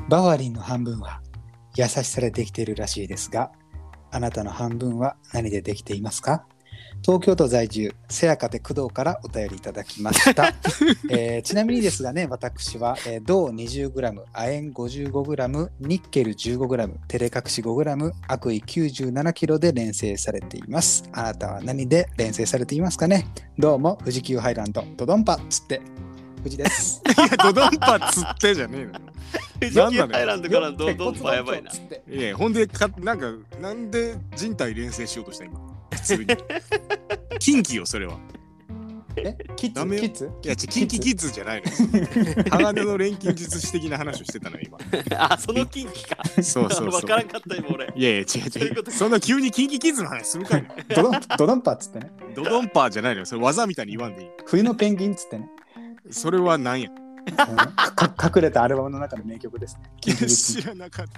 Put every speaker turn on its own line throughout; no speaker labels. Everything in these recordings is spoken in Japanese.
バファリンの半分は優しさでできているらしいですが、あなたの半分は何でできていますか？東京都在住、せやかて工藤からお便りいただきました。ちなみにですがね、私は、銅 20g、亜鉛 55g、ニッケル 15g、照れ隠し 5g、悪意 97kg で連成されています。あなたは何で連成されていますかね？どうも、富士急ハイランド、ドドンパっつって、富士です。
いや、ドドンパっつってじゃねえの。
富士急ハイランドからドドンパやばいな。
いや、ほんでなんで人体連成しようとした今。普通に。キンキよ、それは。
キッズ
いや、キンキキッズじゃないの。鋼の錬金術師的な話をしてたの今。
あ、そのキンキか。
そう。
わからんかった今俺。
いや違う。そんな急にキンキキッズの話するかい。
ドドンパっつってね。
ドドンパじゃないのよ。それ技みたいに言わんでいい。
冬のペンギンっつってね。
それは何や。
隠れたアルバムの中の名曲ですね。
知らなかった。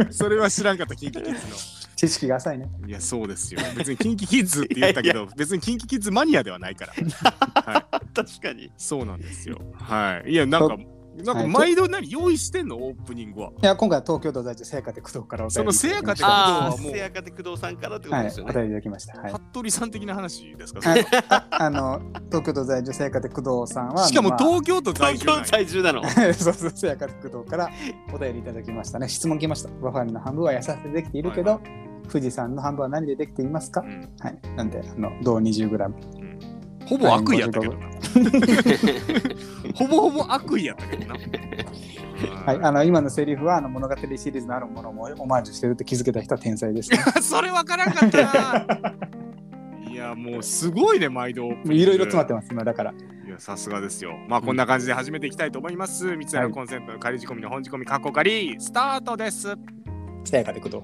それは知らんかった、キンキキッズの。
知識が浅いね。
いや、そうですよ。別にキンキキッズって言ったけど、別にキンキキッズマニアではないから。はい、
確かに。
そうなんですよ。はい。いや、なんか毎度用意してんのオープニングは。
いや、今回は東京都在住、せやかて工藤からお便りいただきました。
そのせやかて工藤はもう。
せやかて工藤さんからってことですよね。
お便りいただきました。
服部さん的な話ですか？
東京都在住、せやかて工藤さんは。
しかも東京都在
住なの。
そう、せやかて工藤からお便りいただきましたね。質問来ました。バファリンの半分は優しさでできているけど、富士山の半分は何でできていますか？はい。なんで、銅 20g。
ほぼ悪意やったけどな。ほぼ悪意やったけどな。
はい、今のセリフは物語シリーズのあるものもオマージュしてるって気づけた人は天才です、ね。
それわからんかったな。いや、もうすごいね、毎度。
いろいろ詰まってます、今だから。
いや、さすがですよ。まあ、こんな感じで始めていきたいと思います。三つ葉のコンセントの仮仕込みの本仕込みカッコ仮スタートです。
せやかて工藤。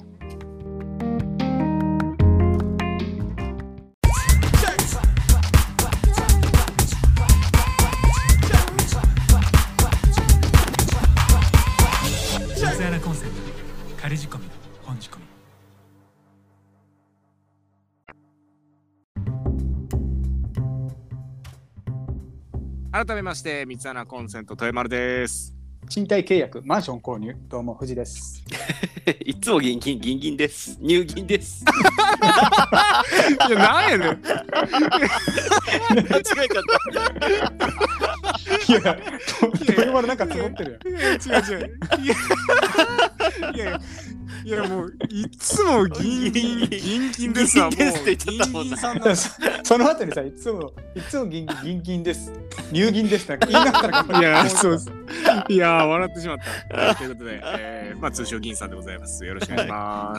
仮仕込み本仕込み。
改めまして三つ穴コンセント豊丸です。
賃貸契約マンション購入、どうも藤です。
いつも銀銀です。入銀です。
いや、なんやねん。間違
えちゃった。
いや、豊丸なんか積もってる
やん。違う。いやもういつも銀ですわ。もう銀さんだ。
その後にさ、いつも銀です。入銀ですって言いながら。
いや、そうです。いや、笑ってしまった。ということで、まあ通称銀さんでございます。よろしくお願いします。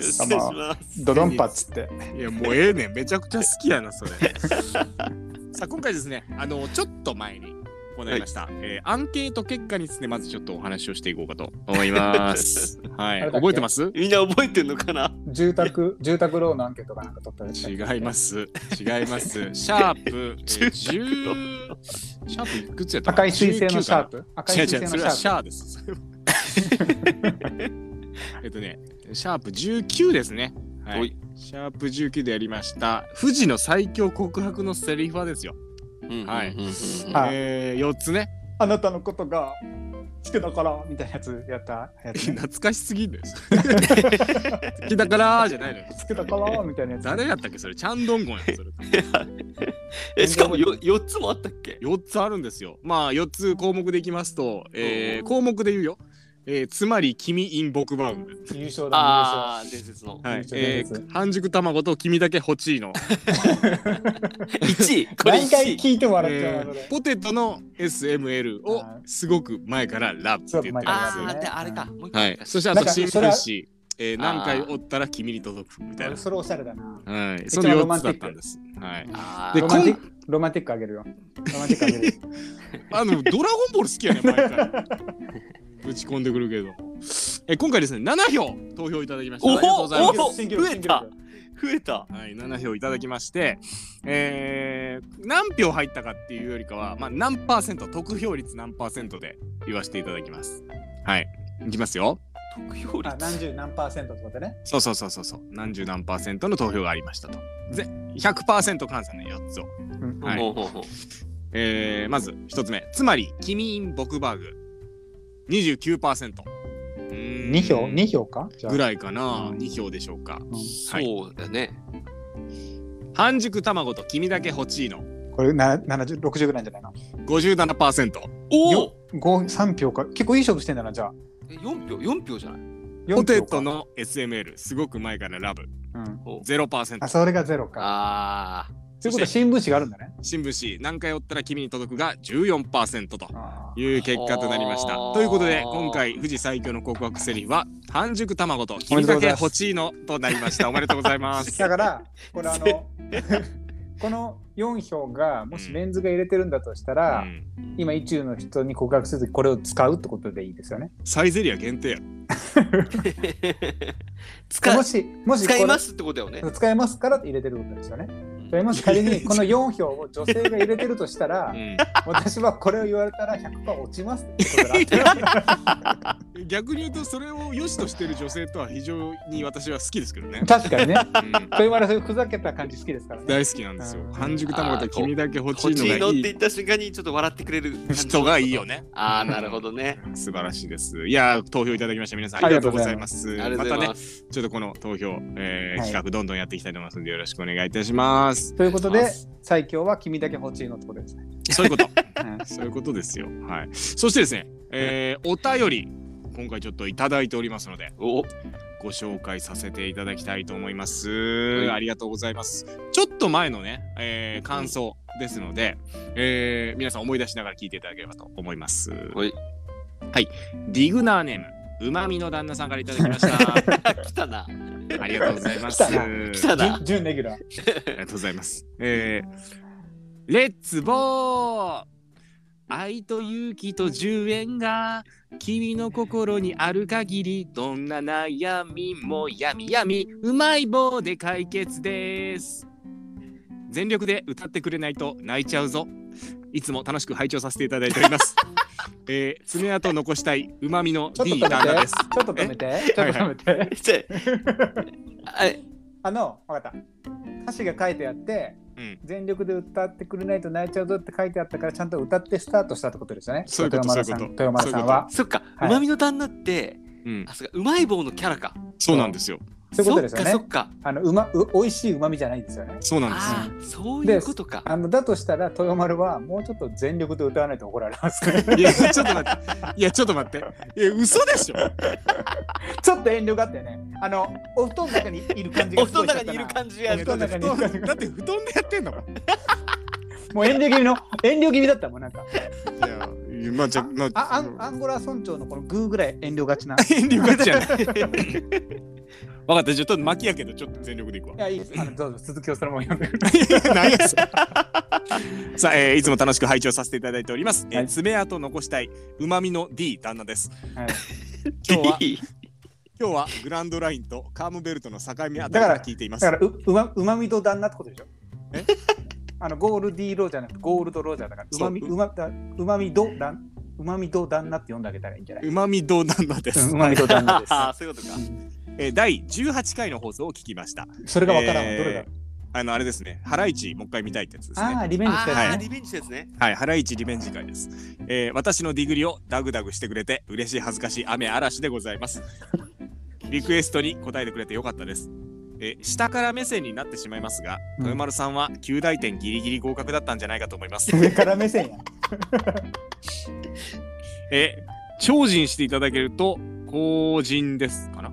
ドドンパっつって。
いや、もうええねん。めちゃくちゃ好きやな、それ。さあ、今回ですね、ちょっと前に行いました、アンケート結果についてまずちょっとお話をしていこうかと思います。はい。覚えてます？
みんな覚えてんのかな？
住宅ローンのアンケートかなんか取った
ら違います。シャープ10シャープいくつやった？
赤い水星のシャープ？
違う、それはシャーです。シャープ19ですね。はい。シャープ19でやりました。富士の最強告白のセリフはですよ。はい。4つね。
あなたのことが好きだからみたいなやつやったやつ、
懐かしすぎんのよ。好きだからじゃないのよ。
好きだからみたいなやつ。
誰やったっけそれ？チャンドンゴンやそ
れ。しかも4つもあったっけ
？4つあるんですよ。まあ4つ項目でいきますと、項目で言うよ。つまり君 in 僕バウンド。
優勝だ。
伝説の。
はい。半熟卵と君だけ欲しいの。
1位。これ
何回聞いても笑っちゃう。
ポテトの SML をすごく前からラブって言ってますね。
あれか。
はい。そしてあと新聞紙何回折ったら君に届くみたいな。
それおしゃれだな。
はい。その4つだったんです。はい。
でロマンティックあげるよ。ドラゴ
ンボール好きやね毎回。ぶち込んでくるけど。今回ですね、7票投票いただきました。ありがとうございます。
増えた。
はい、7票いただきまして、何票入ったかっていうよりかは、まあ何パーセント、得票率何パーセントで言わせていただきます。はい、いきますよ。
得票率。
何十何パーセントってことね。
そう。何十何パーセントの投票がありましたと。100% 換算ね、4つを。はい。まず1つ目。つまり、君 in 僕バーグ。29%。
2票 ?2 票かじゃあ
ぐらいかな、2票でしょうか。
そうだね。
半熟卵と君だけ欲しいの
これ70、60ぐらいじゃないの
57%。
おお
3票か。結構いい勝負してんだな、じゃあ。
4票じゃない。
4
ポテ
票か
トの SML すごく前からラブ
うん。
0%。
あ、それがゼロか。
あ
ということは新聞紙があるんだね。
新聞紙何回追ったら君に届くが 14% と
あ
いう結果となりました。ということで今回富士最強の告白セリフは半熟卵と君だけ欲しいのとなりました。おめでとうございます
だからこれこの4票がもしレンズが入れてるんだとしたら、今意中の人に告白するときこれを使うってことでいいですよね。
サイゼリア限定やろ。
もし
使いますってことだよね。
使えますからって入れてることですよね。もし仮にこの4票を女性が入れてるとしたら、私はこれを言われたら 100% 落ちますってことだ。
逆に言うとそれを良しとしてる女性とは非常に私は好きですけどね。
確かにね。と言われるふざけた感じ好きですからね。
大好きなんですよ。半熟卵と君だけ欲しい
欲しいのって
のがいい
言った瞬間にちょっと笑ってくれる
人がいいよね。
ああ、なるほどね。
素晴らしいです。いや投票いただきました皆さんありがとうございます。
ありがとうございま
たねちょっとこの投票、企画どんどんやっていきたいと思いますのでよろしくお願いいたします。
ということで最強は君だけ欲しいのってことですね。
そういうこと。そういうことですよ。はい。そしてですね、お便り今回ちょっといただいておりますのでご紹介させていただきたいと思います。ありがとうございます。ちょっと前のね、感想ですので、皆さん思い出しながら聞いていただければと思います。はい。ディグナーネームうまみの旦那さんからいただきました。
来たな。
ありがとうございます。
来たな。
準レギュラー。
ありがとうございます。レッツボー愛と勇気と10円が君の心にある限りどんな悩みもやみやみうまい棒で解決です。全力で歌ってくれないと泣いちゃうぞ。いつも楽しく拝聴させていただいております。爪痕残したいうまみの D 旦那です。
ちょっと止めて。ちょっと止めて。分かった。歌詞が書いてあって、全力で歌ってくれないと泣いちゃうぞって書いてあったからちゃんと歌ってスタートしたってことですよね。
そういうこと。
豊丸さんは。
そっか。うまみの旦那って、うまい棒のキャラか。
そうなんですよ。
そういうことですよね。
そっか。
美味しいうまみじゃないですよね。
そうなんです。
そういうことか。
だとしたら豊丸はもうちょっと全力で歌わないと怒られますから。
いやちょっと待って。いやちょっと待って。いや嘘でしょ。
ちょっと遠慮があってね。お布団の中にいる感じが
お布団の中にいる感じが。
だって布団でやってんのか。
もう遠慮気味だったもんなんか。
いやまあじゃ
アンゴラ村長のこのグーぐらい遠慮がちな。
遠慮がちやね。分かった、ちょっと巻きやけどちょっと全力でいくわ。
いやいいです。どうぞ続きをそのまま読んで。
何やそれ。さあ、いつも楽しく拝聴させていただいております。爪痕残したいうまみの D 旦那です。今日はグランドラインとカームベルトの境目あたりから聞いています。
だからうまみと旦那ってことでしょ。ゴールディーローじゃなくてゴールドロージャーだからうまみど旦那って呼んであげたらいいんじゃない。
うまみど旦那です。
うまみど旦那です。
そういうことか。
第18回の放送を聞きました。
それがわからんわ。どれだ。
あれですね。ハライチもう一回見たいってやつですね。
リベンジしたやつね。
リベンジですね。
はい、ハライチリベンジ会です。私のディグリをダグダグしてくれて嬉しい恥ずかしい雨嵐でございます。リクエストに答えてくれてよかったです。下から目線になってしまいますが、豊丸さんは9大点ギリギリ合格だったんじゃないかと思います。
上から目線や。
精進していただけると後人ですかな。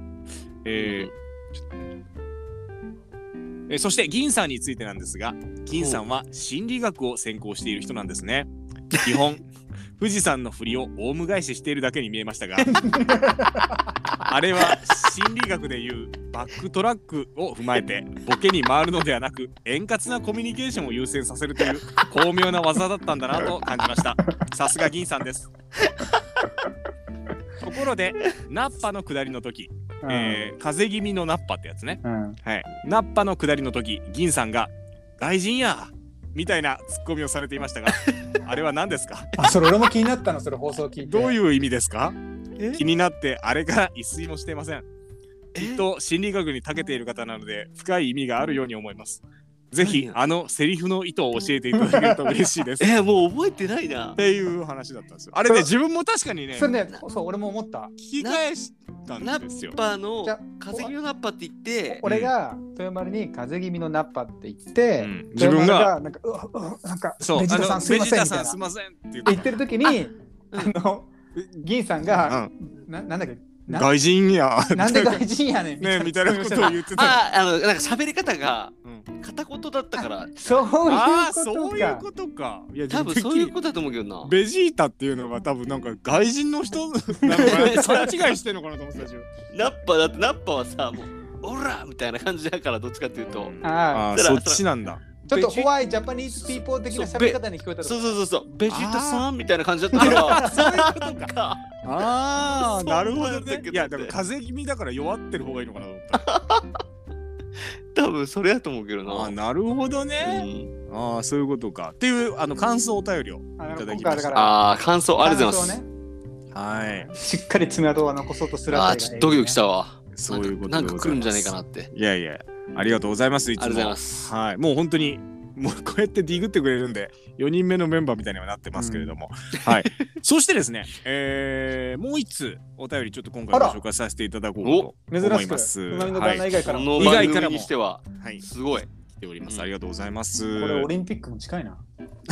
そして銀さんについてなんですが、銀さんは心理学を専攻している人なんですね。基本富士山の振りをオウム返ししているだけに見えましたがあれは心理学でいうバックトラックを踏まえてボケに回るのではなく円滑なコミュニケーションを優先させるという巧妙な技だったんだなと感じました。さすが銀さんです。ところでナッパの下りの時、風邪気味のナッパってやつね、はい、ナッパの下りの時銀さんが外人やみたいなツッコミをされていましたがあれは何ですか。
それ俺も気になったの。それ放送聞いて
どういう意味ですか。気になってあれから一睡もしていません。きっと心理学に長けている方なので深い意味があるように思います。ぜひセリフの意図を教えていただけると嬉しいです。
もう覚えてないな
っていう話だったんですよ。あれね自分も確かにね。
それね、そう俺も思った。
聞き返しったん
ナ
ですよ
ッ。パの
じゃあ
風邪気味のナッパって言って、
俺が豊丸に風邪気味のナッパって言って、
自分が
豊丸なんかなんか
そう
ベジータさんすいませんみたいな
ベジータさんすいませんって
言ってる時に銀さんが、なんだっけ
外人や
なんで外人やねん
ねみたいなことを言ってた。
なんか喋り方が片言だったから
そういうことか。
そういうことか。いや
多分そういうことだと思うけどな。
ベジータっていうのは多分なんか外人の人なんか勘違いしてんのかなと思ってたし。
ナッパだってナッパはさもうオラみたいな感じだからどっちかっていうと、
あ
そっちなんだ。
ちょっとホワイジャパニーズピーポー的な喋り方に聞こえたと。
そうベジータさんみたいな感じだったから
そういうことか。ああなるほどね。いやでも
風
風邪気味だから弱ってる方がいいのかなと思った。
多分それだと思うけどな。
なるほどね。そういうことか。っていう感想お便りをいただきました。
感想ありがとうございます。
はい。
しっかり爪痕を残そうとする。
ちょっとドキドキしたわ。
そういうこと
なんか来るんじゃないかなって。
いやありがとうございます。いつも。
ありがとうございます。
はい。もう本当にもうこうやってディグってくれるんで4人目のメンバーみたいにはなってますけれども、はい。そしてですね、もう一つお便りちょっと今回ご紹介させていただこうと思います。
隣の旦那以外からも、
この番組にしてはすごい
来ております。ありがとうございます。
これオリンピックも近いな。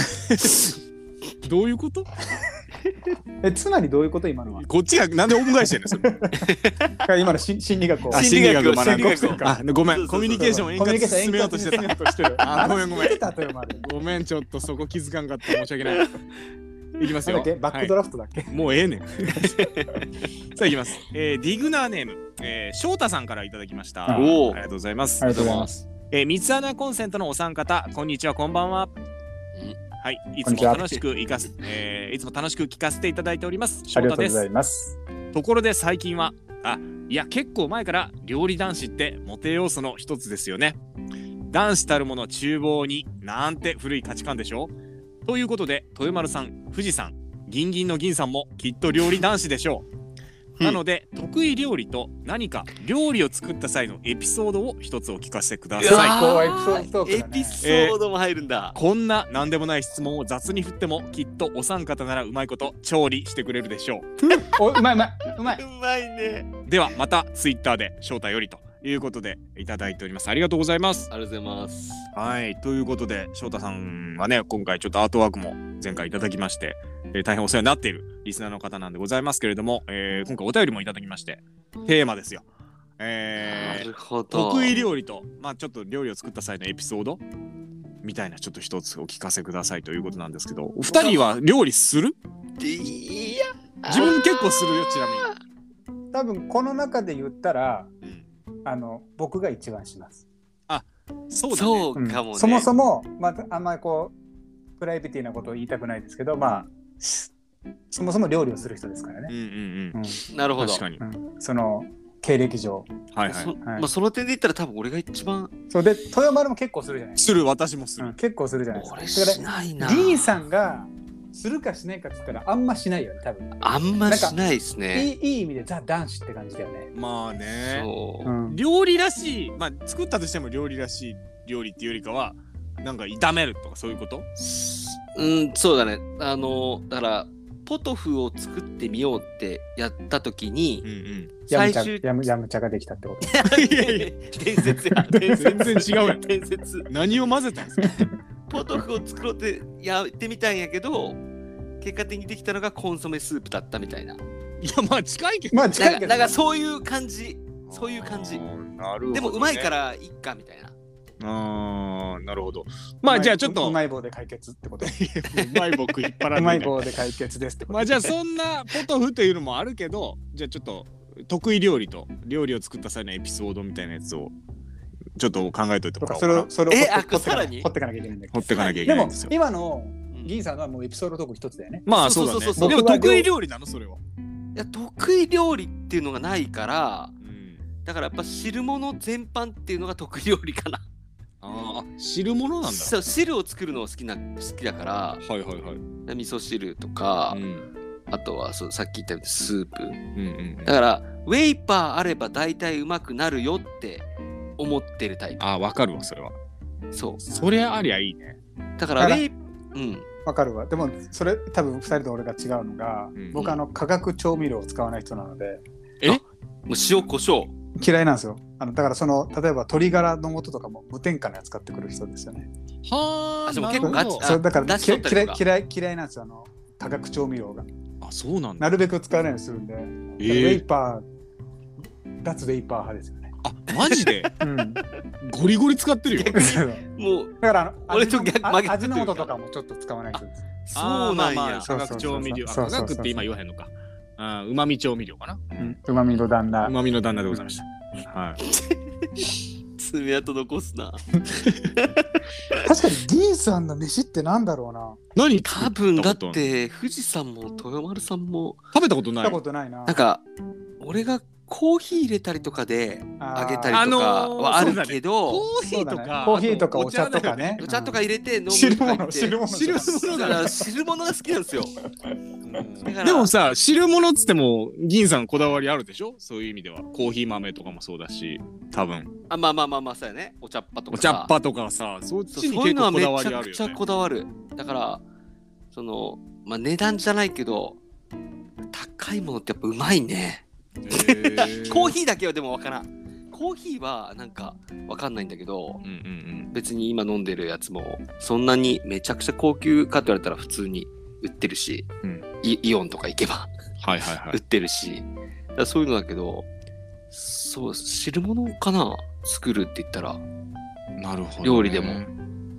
どういうこと？
つまりどういうこと今のは？
こっちがなんで恩返ししてんの？
今の心理学を。
心理学を学ぶ。ごめん、コミュニケーションを円滑に進めようとしてた。ごめん。ごめん、ちょっとそこ気づかんかった。申し訳ない。いきますよ。
バックドラフトだっけ？
もうええねん。さあいきます。ディグナーネーム、翔太さんからいただきました。ありがとうございます。
ありがとうございます。
三つ穴コンセントのお三方、こんにちは、こんばんは。はい、いつも楽しく聞かせていただいております。翔太です。
ありがとうございます。
ところで最近は、いや結構前から料理男子ってモテ要素の一つですよね。男子たるもの厨房になんて古い価値観でしょ。ということで豊丸さん、富士さん、銀銀の銀さんもきっと料理男子でしょう。なので得意料理と何か料理を作った際のエピソードを一つお聞かせくださ
い。エピソードも入るんだ。
こんな何でもない質問を雑に振ってもきっとお三方ならうまいこと調理してくれるでしょう。
うまいね。
ではまたツイッターで翔太よりということでいただいております。ありがとうございます。
ありがとうございます。
はい、ということで翔太さんはね今回ちょっとアートワークも前回いただきまして、大変お世話になっているリスナーの方なんでございますけれども、今回お便りもいただきましてテーマですよ。
なるほど。
得意料理とちょっと料理を作った際のエピソードみたいなちょっと一つお聞かせくださいということなんですけど、お二人は料理する？
いや
自分結構するよ。ちなみ
に多分この中で言ったら、僕が一番します。
そうだね。
そうかもね。
そもそもあんまりこうプライベートなことを言いたくないですけど、そもそも料理をする人ですからね。
なるほど。
確かに。
その経歴上。
その点で言ったら多分俺が一番。
そうで豊丸も結構するじゃないですか。
する。私もする。
結構するじゃないですか。
俺しないな。
銀さんがするかしないかって言ったらあんましないよね多分。
あんましないですね。
いい意味でザ男子って感じだよね。
まあね。
そう。
料理らしい。作ったとしても料理らしい料理っていうよりかはなんか炒めるとかそういうこと？
そうだね。だからポトフを作ってみようってやった時に、
最終ヤムチャができたってこと。
伝説や。
全然違うやん。
伝説。
何を混ぜたんですか？
ポトフを作ろうってやってみたんやけど、結果的にできたのがコンソメスープだったみたいな。
いや近いけど。
近いけど。
だからそういう感じ。そういう感じ。
なるほどね。
でもうまいからいっかみたいな。
なるほど。じゃあちょっと
うまい棒で解決ってこと。
うまい棒食いっぱらう
まい棒で解決ですってこと。
じゃあそんなポトフというのもあるけど、じゃあちょっと得意料理と料理を作った際のエピソードみたいなやつをちょっと考えといてもらおうかな。
それを
さらに
掘ってかなきゃいけないんだけど。
掘ってかなきゃいけないんですよ。
でも今の銀さんはもうエピソードトーク一つだよね。
そうだね。でも得意料理なのそれは。
いや得意料理っていうのがないから、だからやっぱ汁物全般っていうのが得意料理かな。
汁物なんだ。
そう、汁を作るの好きだから、味噌汁とか、あとはさっき言ったようにスープ、だからウェイパーあれば大体うまくなるよって思ってるタイプ。
わかるわそれは。
そう
それありゃいいね。
だから
わかるわ。でもそれ多分2人と俺が違うのが、僕化学調味料を使わない人なので。
う塩コショウ
嫌いなんですよ。だから例えば鶏ガラの素とかも無添加のやつ買ってくる人ですよね。
はあ、
でも結構ガチ
そうだから
出しとったりとか
嫌いなんですよ、化学調味料が。
あ、そうなんだ。
なるべく使わないようにするんで、ウェイパー、脱ウェイパー派ですよね。
あ、マジで
うん、
ゴリゴリ使ってるよ。
もう
だから
俺と逆真逆
味の素とかもちょっと使わない人です。
そうなんや。
化学調味料。化学って今言わへんのか。うまみ調味料かな。
うまみの旦那。
うまみの旦那でございました。はい。
爪痕残すな。
確かに銀さんの飯ってなんだろうな。
何？多分だって富士山も豊丸さんも
食べたことない。
食べたことないな。
なんか俺がコーヒー入れたりとかであげたりとかはあるけど、
コーヒーとか
お茶とかね。
お茶とか入れて飲む
汁
とか言
物
って汁物が好きなんですよ。
でもさ、汁物っつっても銀さんこだわりあるでしょ。そういう意味ではコーヒー豆とかもそうだし、多分
まあそうやね。お茶っ葉とか
お茶っ葉とかさ、そっちに結構こだわりあるよね。
めちゃくちゃこだわる。だから値段じゃないけど高いものってやっぱうまいね。コーヒーだけはでも分からん。コーヒーはなんか分かんないんだけど、別に今飲んでるやつもそんなにめちゃくちゃ高級かって言われたら普通に売ってるし、イオンとか行けば売ってるし、だからそういうのだけど、そう汁物かな作るって言ったら、
なるほど、ね、
料理でも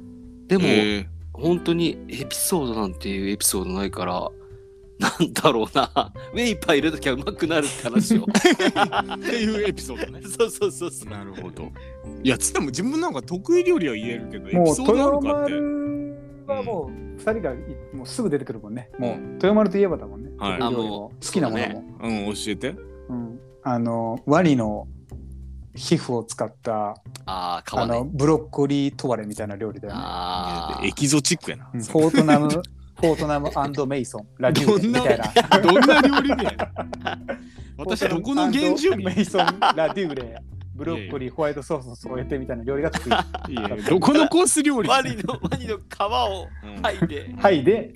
本当にエピソードなんていうエピソードないから。なんだろうな、ウェイパー入れるときはうまくなるって話を
っていうエピソードね。
そう
なるほど。いや、つっても自分なんか得意料理は言えるけど、
もう
エピソードあるかって。
はもう2人がもうすぐ出てくるもんね。もう豊丸といえばだもんね。
はい、
好きなものも。
教えて。
ワニの皮膚を使ったブロッコリートワレみたいな料理だよね。
エキゾチックやな。
フォートナム&メイソン、ラデューレみたいな。
どんな料理名私どこの原住民？
メイソン、ラデューレ、ブロッコリー、ホワイトソースを添えてみたいな料理が得意。
どこのコース料理？
ワニの皮を
剥いで、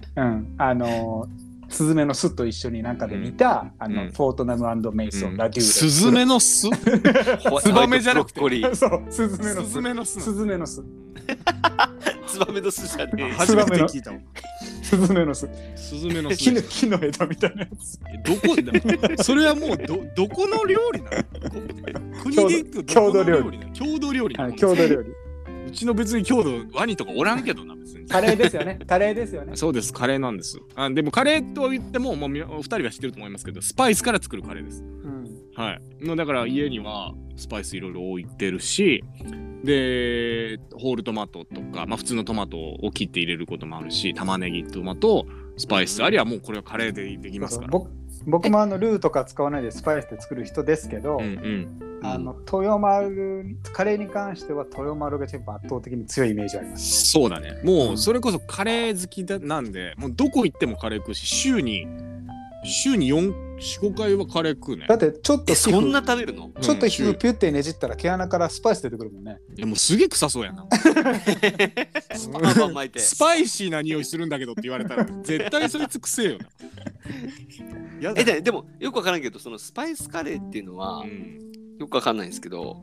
スズメの巣と一緒になんかで煮た、フォートナム&メイソン、ラデューレ。
スズメの巣？ツバメじゃなくて。
そう、スズメの巣。
ツバメの巣じゃねえ。
初めて聞いたもん。
スズメの巣。木の枝みたいなやつ。
どこだ？それはもうどこの料理なの？国で行く
郷土料理。
郷土料理。
郷土料理。
うちの別に郷土ワニとかおらんけどな、別に。
カレーですよね。カレーですよね。
そうです、カレーなんです。でもカレーと言っても、2人は知ってると思いますけど、スパイスから作るカレーです。はい。だから家にはスパイスいろいろ置いてるし、でホールトマトとか、普通のトマトを切って入れることもあるし、玉ねぎ、トマト、スパイス、あるいはもうこれはカレーでできますから。
僕もルーとか使わないでスパイスで作る人ですけど、豊丸カレーに関しては豊丸が圧倒的に強いイメージあります。
そうだね。もうそれこそカレー好きなんで、もうどこ行ってもカレー食うし、週に4、5回はカレー食うね。
だってちょっと
そんな食べるの？
ちょっと皮膚ピュッてねじったら毛穴からスパイス出てくるもんね。
いやもうすげえ臭そうやな。スパイシーな匂いするんだけどって言われたら絶対そいつくせえよな。
でもよくわからんけど、そのスパイスカレーっていうのは、よくわかんないんですけど、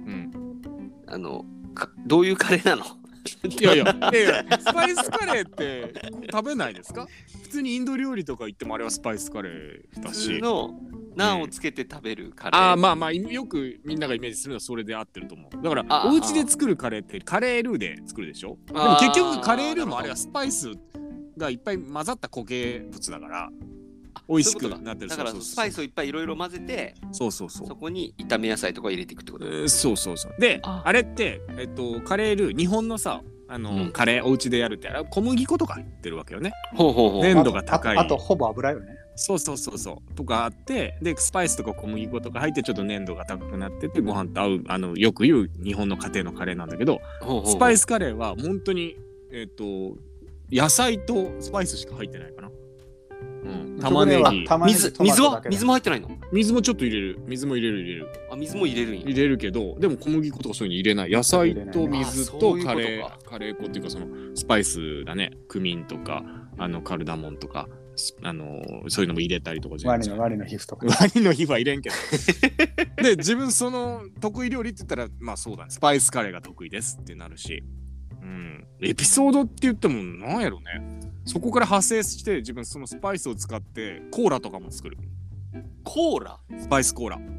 どういうカレーなの？
いやスパイスカレーって食べないですか？普通にインド料理とか行ってもあれはスパイスカレーだし、
普通のナンをつけて食べるカレー、
よくみんながイメージするのはそれで合ってると思う。だからお家で作るカレーってカレールーで作るでしょ。でも結局カレールーもあれはスパイスがいっぱい混ざった固形物だから美味しくなってる。
だからスパイスをいっぱいいろいろ混ぜて、そこに炒め野菜とか入れていくってこと。
そうで、あれってカレールー、日本のさカレーお家でやるって小麦粉とか入ってるわけよね。粘度が高い。
あとほぼ油よね。
そうとかあって、でスパイスとか小麦粉とか入ってちょっと粘度が高くなっててご飯と合うよく言う日本の家庭のカレーなんだけど、スパイスカレーは本当に野菜とスパイスしか入ってないかな。玉ねぎ、
水も入ってないの？
水もちょっと入れる。水も入れる。
水も入れるんや。
入れるけど、でも小麦粉とかそういうの入れない。野菜と水とカレー粉っていうかそのスパイスだね。クミンとかカルダモンとかそういうのも入れたりとかじゃないですか。
ワニの皮膚とか。
ワニの皮膚は入れんけど。で、自分その得意料理って言ったら、まあそうだね、スパイスカレーが得意ですってなるし、エピソードって言ってもなんやろね。そこから派生して自分そのスパイスを使ってコーラとかも作る。
コーラ？
スパイスコーラ。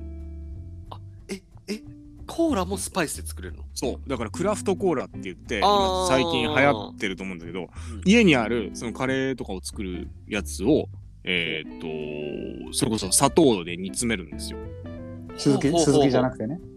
コーラもスパイスで作れるの？
そうだからクラフトコーラって言って今最近流行ってると思うんだけど、家にあるそのカレーとかを作るやつをそれこそ砂糖で煮詰めるんですよ。
鈴木じゃなくてね。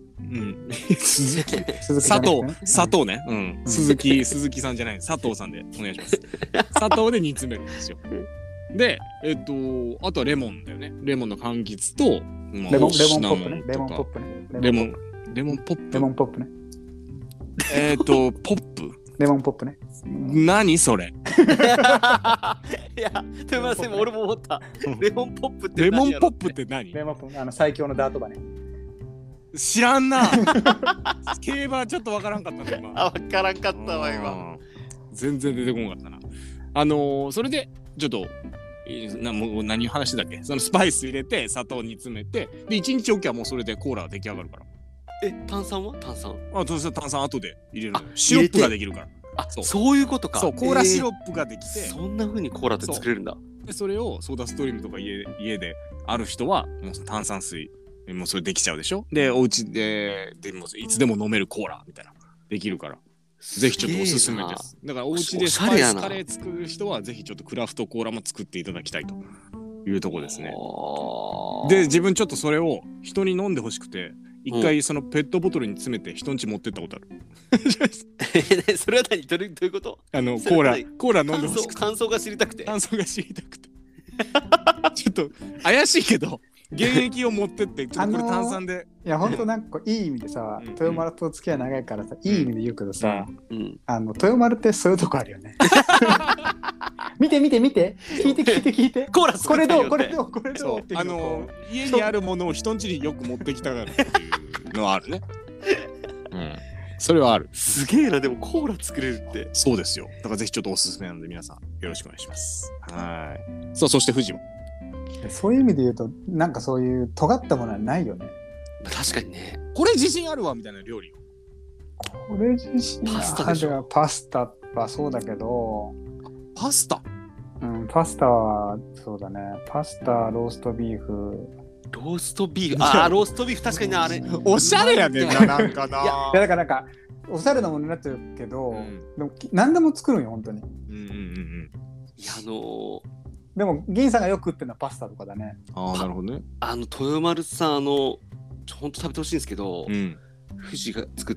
砂糖ね。鈴木さんじゃない、佐藤さんでお願いします。砂糖で煮詰めるんですよ。で、あとはレモンだよね。レモンの柑橘と、
レモンポップね。レモンポップね。
レモンポップ。
レモンポップね。
ポップ。
レモンポップね。
何それ？
いや、すみません、俺も思った。レモンポップって
何？レモンポップって何？
レモンポップ、最強のダートバね。
知らんな。競馬ちょっとわからんかったね今。
わからんかったわ今。
全然出てこなかったな。それでちょっともう何話だっけ？そのスパイス入れて砂糖煮詰めてで1日おきはもうそれでコーラが出来上がるから。
炭酸は？炭
酸後で入れる。シロップができるから。
そういうことか。
そう、コーラシロップができて、
そんな風にコーラって作れるんだ。
でそれをソーダストリームとか家である人はもう炭酸水もうそれできちゃうでしょ。でお家でもいつでも飲めるコーラみたいなできるから、ぜひちょっとおすすめです。だからお家でスパイスカレー作る人はぜひちょっとクラフトコーラも作っていただきたいというところですね。で自分ちょっとそれを人に飲んでほしくて一回そのペットボトルに詰めて人ん家持ってったことある。
それは何？どういうこと？
コーラ飲んでほしくて。
感想が知りたくて。
ちょっと怪しいけど原液を持ってってちょっとこれ炭酸で。
いや本当なんかいい意味でさ、豊丸と付き合い長いからさ、いい意味で言うけどさ、豊丸ってそういうとこあるよね。見て聞いて
コーラ
これどうって
家にあるものを人ん家によく持ってきたがるっていうのはあるね。それはある。
すげえな。でもコーラ作れるって。
そうですよ。だからぜひちょっとおすすめなので皆さんよろしくお願いします。はい。そして富士も
そういう意味で言うとなんかそういう尖ったものはないよね。
確かにね。
これ自信あるわみたいな料理。
これ自信
パスタでしょ。
パスタはそうだけど。
パスタ
はそうだね。パスタ、ローストビーフ。
ローストビーフ確かにね、あれ
おしゃれやねんな、なんかな。
いやだからなんかおしゃれなものになっちゃうけど、でも何でも作るんよ本当に。い
や
でも銀さんがよく食ってるのはパスタとかだね。
なるほどね。
豊丸さんほんと食べてほしいんですけど、富士が作った、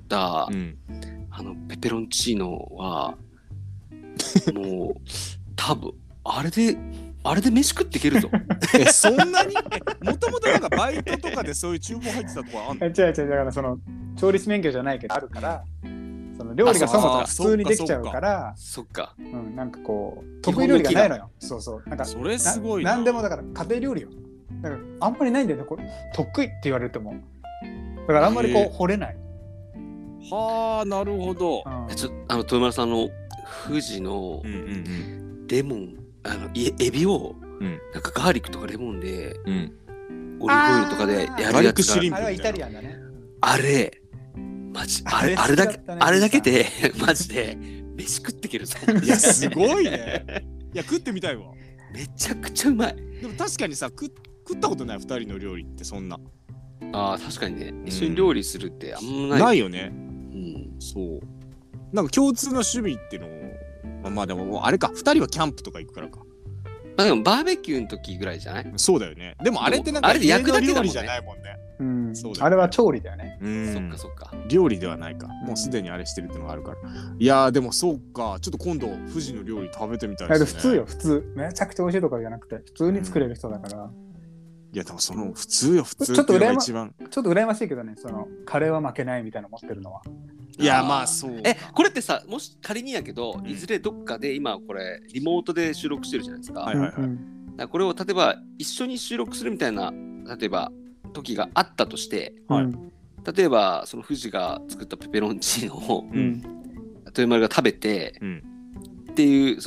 ペペロンチーノはもう多分あれで飯食っていけるぞ。
そんなに？もともとなんかバイトとかでそういう厨房入ってたとこあんの？
違うだからその調理師免許じゃないけどあるから、その料理がそもそも普通にできちゃうから、
そっか。
なんかこう得意料理がないのよ。そうなんか
それすごいな。
なんでもだから家庭料理よ。だからあんまりないんだよね。これ得意って言われても。だからあんまりこう掘れない。
はあ、なるほど。
豊丸さんの富士のレモンエビをなんかガーリックとかレモンでオリーブオイルとかでやるやつが
あれはイタリアンだね。
あれマジあれだけでマジで飯食っていけるぞ。
いやすごいね。いや食ってみたいわ。
めちゃくちゃうまい。
でも確かにさ食ったことない2人の料理ってそんな。
確かにね、一緒に料理するってあんま
ないよね。そうなんか共通の趣味っていうのをまあでもあれか2人はキャンプとか行くからか。
でもバーベキューの時ぐらいじゃない？
そうだよね。でもあれってなんか
焼くだけだもんね。
料理じゃないもんね。
そうだよね。あれは調理だよね。
そっか。
料理ではないか。もうすでにあれしてるってのがあるから。いやでもそうか。ちょっと今度富士の料理食べてみたいですね。
普通。めちゃくちゃ美味しいとかじゃなくて普通に作れる人だから。
いやでもその普通っていうのが一番
ちょっと羨ましいけどね。そのカレーは負けないみたいなの持ってるのは。
いやまあそう。
これってさ、もし仮にやけど、いずれどっかで今これリモートで収録してるじゃないですか。これを例えば一緒に収録するみたいな例えば時があったとして、例えばその富士が作ったペペロンチーノを豊丸が食べて、っていうその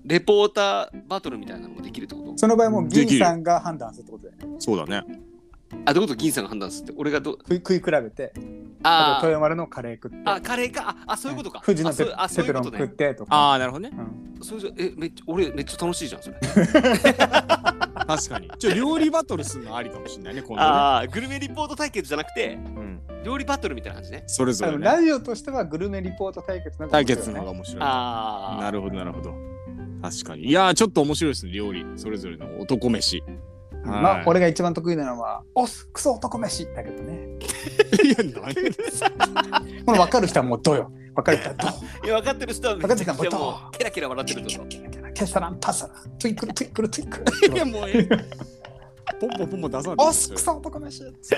レポーターバトルみたいなのもできるってこと？
その場合もう銀さんが判断するってことだよね。
そうだね。
どういうこと？銀さんが判断するって、俺が
食い比べて、豊丸のカレー食って、
カレーか、そういうことか。
富士のペペロン食ってと
か。なるほどね。
俺めっちゃ楽しいじゃんそれ。
確かに。料理バトルするのありかもしれないね、今度ね。
グルメリポート対決じゃなくて、料理バトルみたいな感じね。
それぞれね。
ラジオとしてはグルメリポート対決の
方が面白い。なるほどなるほど。確かに。いやー、ちょっと面白いですね、料理。それぞれの男飯。
まあ、俺が一番得意なのは、クソ男飯だけどね。
いや、何
この分かる人はもうどよ。分かる人はど。
いや、分かってる人は
分かってる人はも
うケラケラ笑ってると。
ケサランパサラン、トゥイクルトゥイクルトゥイクル。
いや、もうポンポンポンポン出さない。
クソ男飯。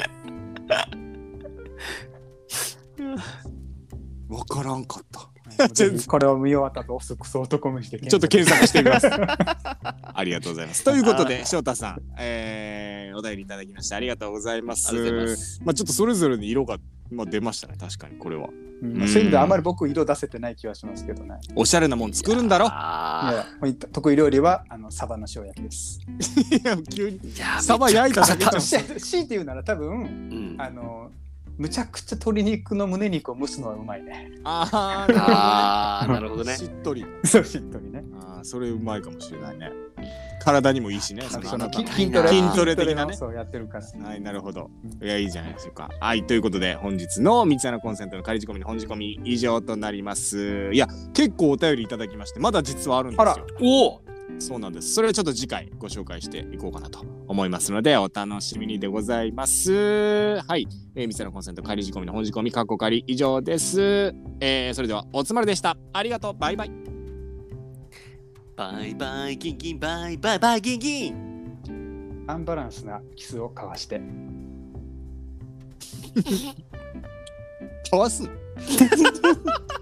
分からんかった。
これを見終わったとクソ男飯で
ちょっと検索してみます。ありがとうございます。ということで翔太さん、お便りいただきましてありがとうございます。まあちょっとそれぞれに色が出ましたね。確かにこれは。
そういう意味であんまり僕色出せてない気はしますけどね。
おしゃれなもん作るんだろ。い
や得意料理はサバの塩焼きです。
いや急にサバ焼いただけじゃん。
強いて言うなら多分むちゃくちゃ鶏肉の胸肉を蒸すのはうまいね。
なるほどね。
しっとり。
そうしっとりね。
それうまいかもしれないね。体にもいいしね。
その筋トレ的なね。そうやってるから。
はい、なるほど。いやいいじゃないですか。はい、ということで本日の三つ穴コンセントの仮仕込みの本仕込み以上となります。いや結構お便りいただきましてまだ実はあるんですよ。
お。
そうなんです。それをちょっと次回ご紹介していこうかなと思いますのでお楽しみにでございます。はい、三つ穴コンセント仮仕込みの本仕込みカッコ仮以上です。それではおつまるでした。ありがとう。バイバイ。
バイバイギンギンバイバイバイギンギン。
アンバランスなキスを交わして
交わす